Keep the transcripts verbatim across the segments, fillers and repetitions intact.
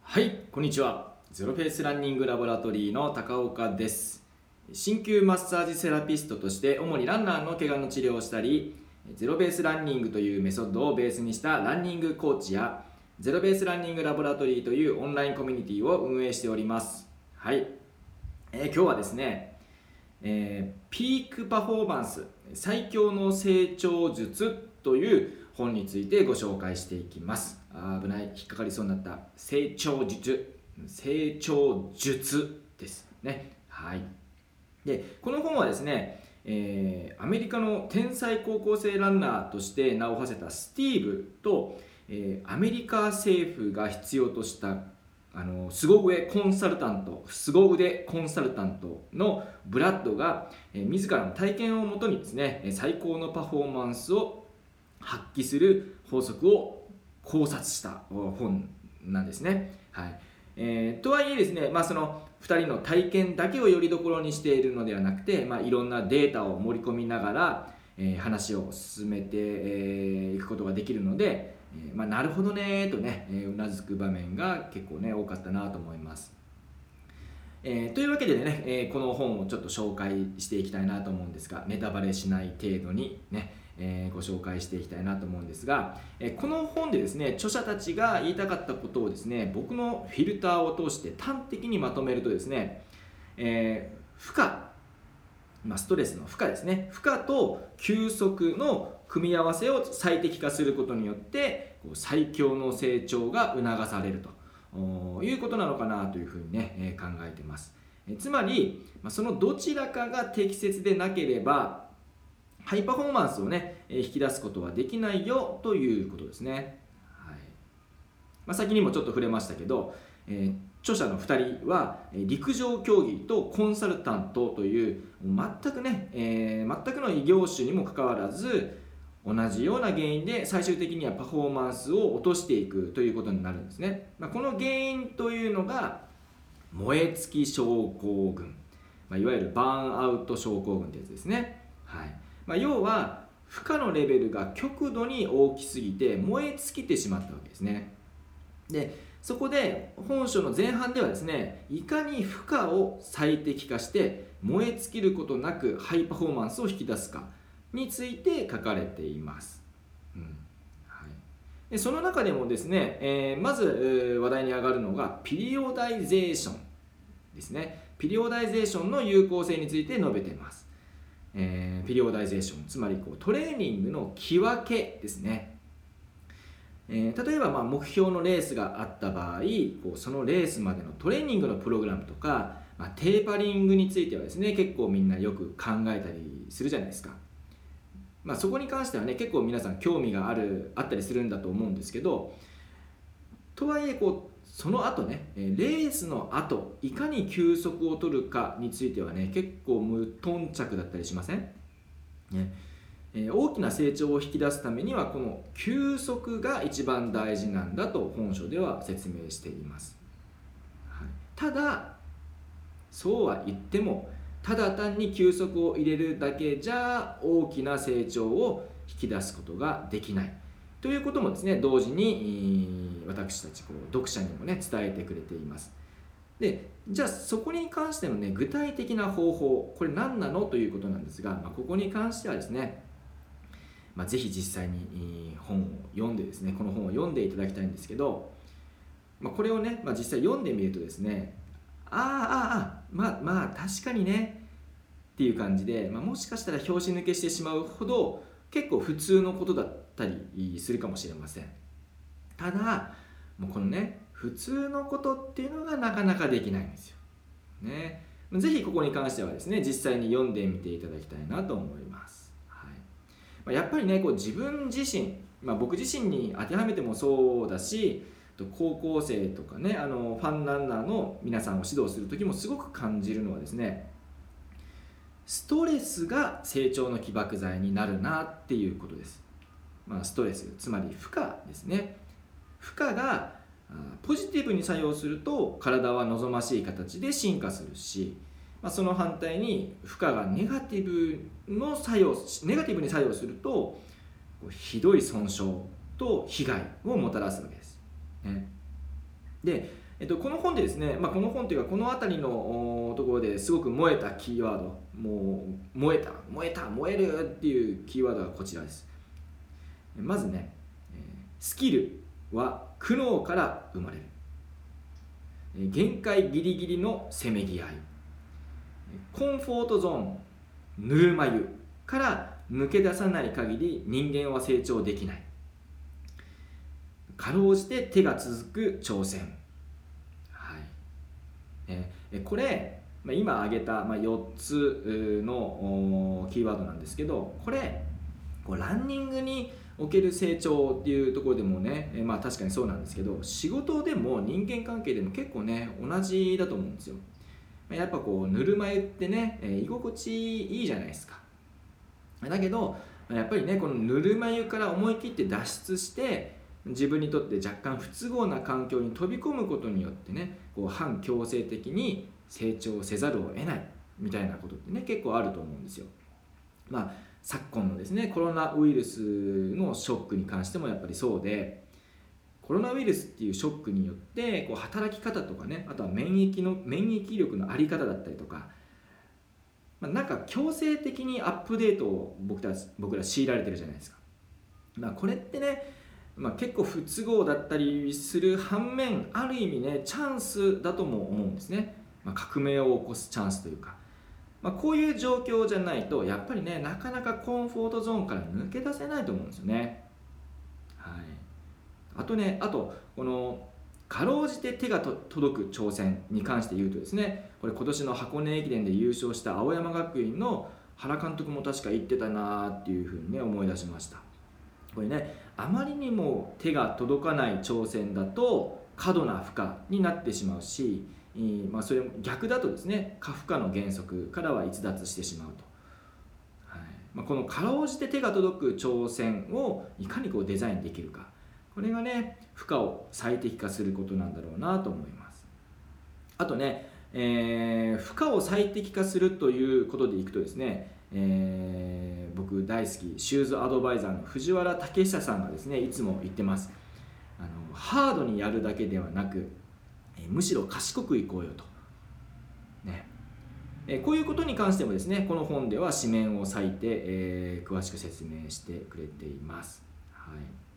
はい、こんにちは。ゼロフェイスランニングラボラトリーの高岡です。鍼灸マッサージセラピストとして主にランナーの怪我の治療をしたり、ゼロベースランニングというメソッドをベースにしたランニングコーチやゼロベースランニングラボラトリーというオンラインコミュニティを運営しております。はい、えー、今日はですね、えー、ピークパフォーマンス最強の成長術という本についてご紹介していきます。あー危ない、引っかかりそうになった。成長術成長術ですね。はい。でこの本はですね、えー、アメリカの天才高校生ランナーとして名を馳せたスティーブと、えー、アメリカ政府が必要としたあの凄腕コンサルタント凄腕コンサルタントのブラッドが、えー、自らの体験をもとにですね最高のパフォーマンスを発揮する法則を考察した本なんですね。はいえー、とはいえですね、まあ、そのふたりの体験だけをよりどころにしているのではなくて、まあ、いろんなデータを盛り込みながら、えー、話を進めてい、えー、くことができるので、えーまあ、なるほどねとね、えー、うなずく場面が結構ね多かったなと思います。えー、というわけでね、えー、この本をちょっと紹介していきたいなと思うんですが、ネタバレしない程度にね、えー、ご紹介していきたいなと思うんですが、えー、この本でですね著者たちが言いたかったことをですね僕のフィルターを通して端的にまとめるとですね、えー、負荷、まあ、ストレスの負荷ですね負荷と休息の組み合わせを最適化することによってこう最強の成長が促されるということなのかなというふうにね、えー、考えています。えー、つまりそのどちらかが適切でなければハイパフォーマンスをね引き出すことはできないよということですね。はいまあ、先にもちょっと触れましたけど、えー、著者のふたりは陸上競技とコンサルタントという全くね、えー、全くの異業種にもかかわらず同じような原因で最終的にはパフォーマンスを落としていくということになるんですね。まあ、この原因というのが燃え尽き症候群、まあ、いわゆるバーンアウト症候群というやつですね。はいまあ、要は負荷のレベルが極度に大きすぎて燃え尽きてしまったわけですね。でそこで本書の前半ではですねいかに負荷を最適化して燃え尽きることなくハイパフォーマンスを引き出すかについて書かれています。うんはい、でその中でもですね、えー、まず、えー、話題に上がるのがピリオダイゼーションですね。ピリオダイゼーションの有効性について述べています。えー、ピリオダイゼーション、つまりこうトレーニングの木分けですね。えー、例えばまあ目標のレースがあった場合、こうそのレースまでのトレーニングのプログラムとか、まあ、テーパリングについてはですね結構みんなよく考えたりするじゃないですか。まあ、そこに関してはね結構皆さん興味があるあったりするんだと思うんですけど、とはいえこうその後ねレースの後いかに休息を取るかについてはね結構無頓着だったりしません？ねえー、大きな成長を引き出すためにはこの休息が一番大事なんだと本書では説明しています。はい、ただそうは言ってもただ単に休息を入れるだけじゃ大きな成長を引き出すことができないということもですね同時に私たちこう読者にもね伝えてくれています。でじゃあそこに関してのね具体的な方法これ何なのということなんですが、まあ、ここに関してはですね、まあ、ぜひ実際に本を読んでですねこの本を読んでいただきたいんですけど、まあ、これをね、まあ、実際読んでみるとですねああああまあまあ確かにねっていう感じで、まあ、もしかしたら拍子抜けしてしまうほど結構普通のことだったりするかもしれません。ただもうこのね普通のことっていうのがなかなかできないんですよ、ね、ぜひここに関してはですね実際に読んでみていただきたいなと思います。はいまあ、やっぱりねこう自分自身、まあ、僕自身に当てはめてもそうだし高校生とかねあのファンランナーの皆さんを指導する時もすごく感じるのはですねストレスが成長の起爆剤になるなっていうことです。まあ、ストレスつまり負荷ですね。負荷がポジティブに作用すると体は望ましい形で進化するし、まあ、その反対に負荷がネガティブの作用ネガティブに作用するとひどい損傷と被害をもたらすわけです、ね、でえっと、この本でですね、まあ、この本というかこの辺りのおところですごく燃えたキーワード、もう燃えた燃えた燃えるっていうキーワードがこちらです。まずね、えースキルは苦悩から生まれる。えー限界ギリギリのせめぎ合い。コンフォートゾーン、ぬるま湯から抜け出さない限り人間は成長できない。かろうじて手が続く挑戦。はいえーこれ、まあ今挙げたまあよっつのおキーワードなんですけど、これこうランニングにおける成長っていうところでもね、えーまあ確かにそうなんですけど、仕事でも人間関係でも結構ね同じだと思うんですよ。まあやっぱこうぬるま湯ってね、えー居心地いいじゃないですか。だけどやっぱりね、このぬるま湯から思い切って脱出して自分にとって若干不都合な環境に飛び込むことによってね、こう反強制的に成長せざるを得ないみたいなことってね結構あると思うんですよ。まあ昨今のですねコロナウイルスのショックに関してもやっぱりそうで、コロナウイルスっていうショックによってこう働き方とかね、あとは免疫の免疫力のあり方だったりとか、まあ、なんか強制的にアップデートを僕たち僕ら強いられてるじゃないですか。まあ、これってね、まあ、結構不都合だったりする反面、ある意味ねチャンスだとも思うんですね。まあ、革命を起こすチャンスというか、まあ、こういう状況じゃないとやっぱりねなかなかコンフォートゾーンから抜け出せないと思うんですよね。はい、あとね、あとこのかろうじて手がと届く挑戦に関して言うとですね、これ今年の箱根駅伝で優勝した青山学院の原監督も確か言ってたなっていうふうにね思い出しました。これね、あまりにも手が届かない挑戦だと過度な負荷になってしまうし、まあ、それも逆だとですね過負荷の原則からは逸脱してしまうと。はいまあ、このかろうじて手が届く挑戦をいかにこうデザインできるか、これがね負荷を最適化することなんだろうなと思います。あとね、えー、負荷を最適化するということでいくとですね、えー、僕大好きシューズアドバイザーの藤原武久さんがですねいつも言ってます。あのハードにやるだけではなく、えーむしろ賢くいこうよと、ねえー、こういうことに関してもですねこの本では紙面を割いて、えー、詳しく説明してくれています。はい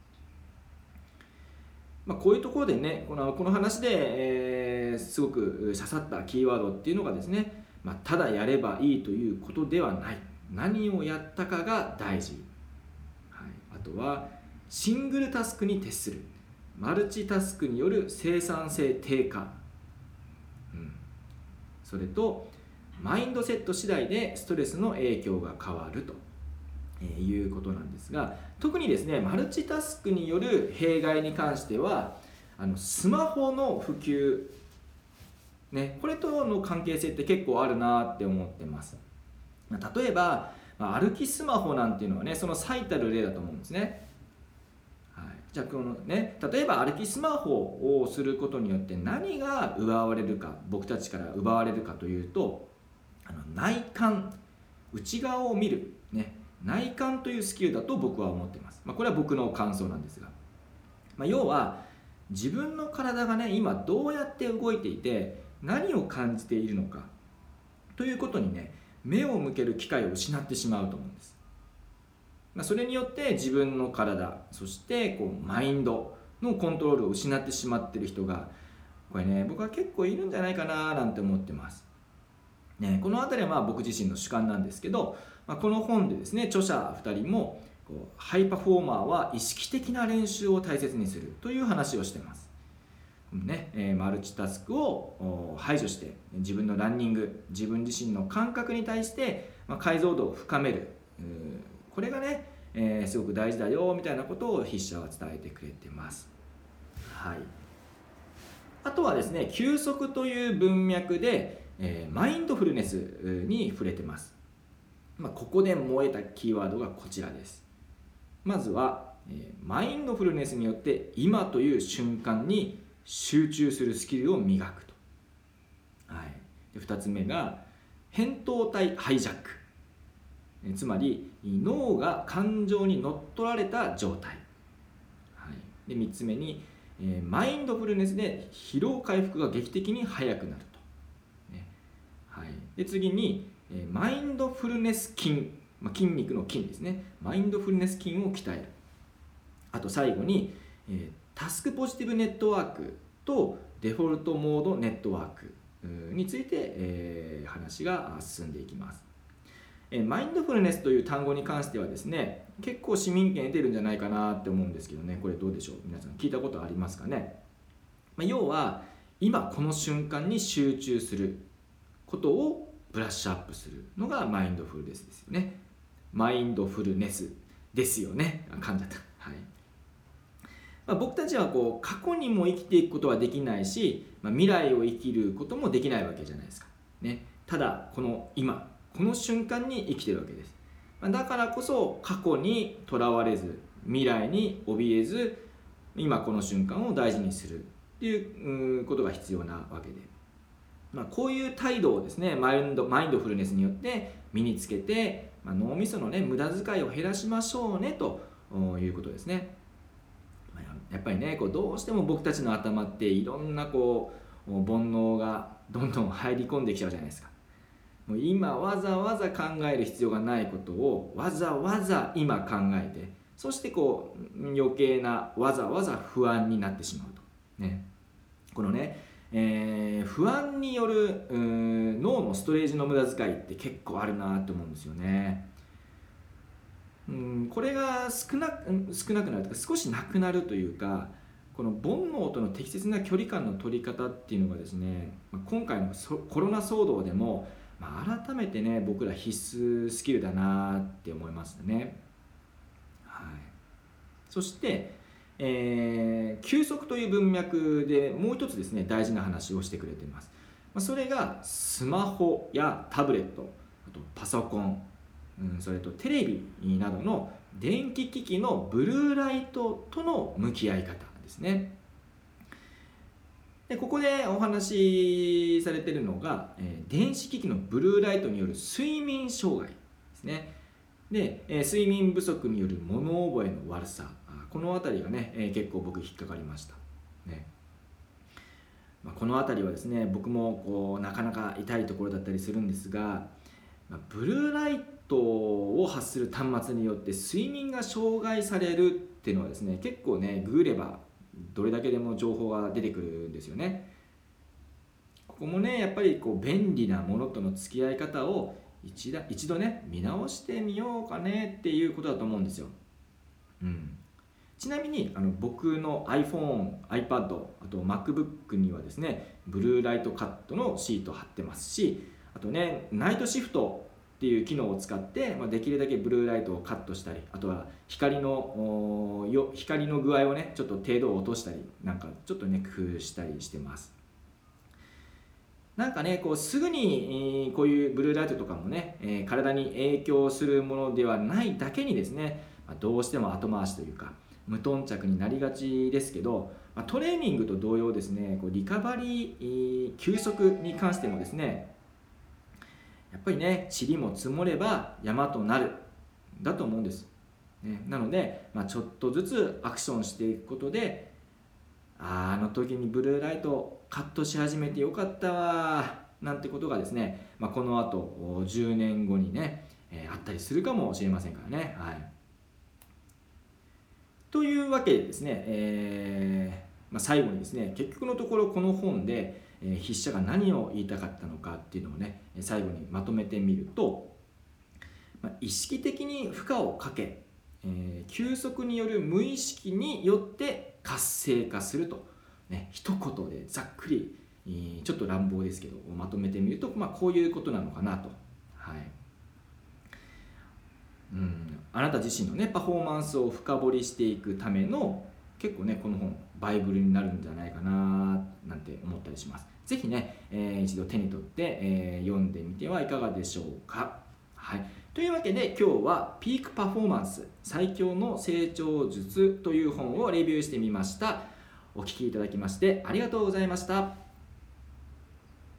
まあ、こういうところでねこのこの話で、えー、すごく刺さったキーワードっていうのがですね、まあ、ただやればいいということではない、何をやったかが大事、はい、あとはシングルタスクに徹する、マルチタスクによる生産性低下、うん、それとマインドセット次第でストレスの影響が変わるということなんですが、特にですねマルチタスクによる弊害に関してはあのスマホの普及、ね、これとの関係性って結構あるなって思ってます。例えば歩きスマホなんていうのはねその最たる例だと思うんですね。はい、じゃあこのね例えば歩きスマホをすることによって何が奪われるか、僕たちから奪われるかというと、あの内観、内側を見るね、内観というスキルだと僕は思っています。まあ、これは僕の感想なんですが、まあ、要は自分の体がね今どうやって動いていて何を感じているのかということにね目を向ける機会を失ってしまうと思うんです。まあ、それによって自分の体、そしてこうマインドのコントロールを失ってしまっている人がこれね僕は結構いるんじゃないかななんて思ってます。ね、この辺りはまあ僕自身の主観なんですけど、まあ、この本でですね著者ふたりもこうハイパフォーマーは意識的な練習を大切にするという話をしています。ねえー、マルチタスクを排除して自分のランニング、自分自身の感覚に対して、まあ、解像度を深める、これがね、えー、すごく大事だよみたいなことを筆者は伝えてくれてます。はい、あとはですね休息という文脈で、えー、マインドフルネスに触れてます。まあ、ここで燃えたキーワードがこちらです。まずは、えー、マインドフルネスによって今という瞬間に集中するスキルを磨くと。はい、でふたつめが扁桃体ハイジャック、えつまり脳が感情に乗っ取られた状態。はい、でみっつめにえー、マインドフルネスで疲労回復が劇的に早くなると、ねはい、で次に、えー、マインドフルネス筋、まあ、筋肉の筋ですね。マインドフルネス筋を鍛える。あと最後に、えー、タスクポジティブネットワークとデフォルトモードネットワークについて、えー、話が進んでいきます。えー、マインドフルネスという単語に関してはですね、結構市民権得てるんじゃないかなって思うんですけどね、これどうでしょう、皆さん聞いたことありますかね。まあ、要は今この瞬間に集中することをブラッシュアップするのがマインドフルネスですよね。マインドフルネスですよね。噛んじゃった。はい。まあ、僕たちはこう過去にも生きていくことはできないし、まあ、未来を生きることもできないわけじゃないですか、ね、ただこの今この瞬間に生きてるわけです。まあ、だからこそ過去にとらわれず未来に怯えず今この瞬間を大事にするっていうことが必要なわけで、まあ、こういう態度をですねマインド、マインドフルネスによって身につけて、まあ、脳みそのね無駄遣いを減らしましょうねということですね。やっぱりねこうどうしても僕たちの頭っていろんなこう煩悩がどんどん入り込んできちゃうじゃないですか。もう今わざわざ考える必要がないことをわざわざ今考えて、そしてこう余計なわざわざ不安になってしまうと、ね、このね、えー、不安による脳のストレージの無駄遣いって結構あるなと思うんですよね。うん、これが少な、少なくなるとか少しなくなるというか、この煩悩との適切な距離感の取り方っていうのがですね、今回のコロナ騒動でも、まあ、改めてね僕ら必須スキルだなって思いますね。はい、そして、えー、休息という文脈でもう一つですね大事な話をしてくれています。それがスマホやタブレット、あとパソコン、うん、それとテレビなどの電気機器のブルーライトとの向き合い方ですね。でここでお話しされているのが、えー、電子機器のブルーライトによる睡眠障害ですね。で、えー、睡眠不足による物覚えの悪さ、このあたりがね、えー、結構僕引っかかりました、ね。まあ、このあたりはですね僕もこうなかなか痛いところだったりするんですが、まあ、ブルーライトを発する端末によって睡眠が障害されるっていうのはですね結構ねググればどれだけでも情報が出てくるんですよね。ここもねやっぱりこう便利なものとの付き合い方を一だ一度ね見直してみようかねっていうことだと思うんですよ。うん、ちなみにあの僕の iPhone、iPad、あと MacBook にはですねブルーライトカットのシート貼ってますし、あとねナイトシフトっていう機能を使って、まあ、できるだけブルーライトをカットしたり、あとは光のよ光の具合をねちょっと程度を落としたりなんかちょっとね工夫したりしてます。なんかねこうすぐに、えー、こういうブルーライトとかもね、えー、体に影響するものではないだけにですね、まあ、どうしても後回しというか無頓着になりがちですけど、まあ、トレーニングと同様ですねこうリカバリー、休息に関してもですねやっぱりね塵も積もれば山となるだと思うんです、ね、なので、まあ、ちょっとずつアクションしていくことで、あ, あの時にブルーライトカットし始めてよかったわなんてことがですね、まあ、このあとじゅうねんごにね、えー、あったりするかもしれませんからね。はい、というわけでですね、えーまあ、最後にですね結局のところこの本で、えー、筆者が何を言いたかったのかっていうのをね最後にまとめてみると、まあ、意識的に負荷をかけ、えー、休息による無意識によって活性化すると、ね、一言でざっくり、えー、ちょっと乱暴ですけどまとめてみると、まあ、こういうことなのかなと。はい、うん、あなた自身のねパフォーマンスを深掘りしていくための結構ねこの本バイブルになるんじゃないかななんて思ったりします。ぜひね、えー、一度手に取って、えー、読んでみてはいかがでしょうか。はい、というわけで今日はピークパフォーマンス最強の成長術という本をレビューしてみました。お聞きいただきましてありがとうございました。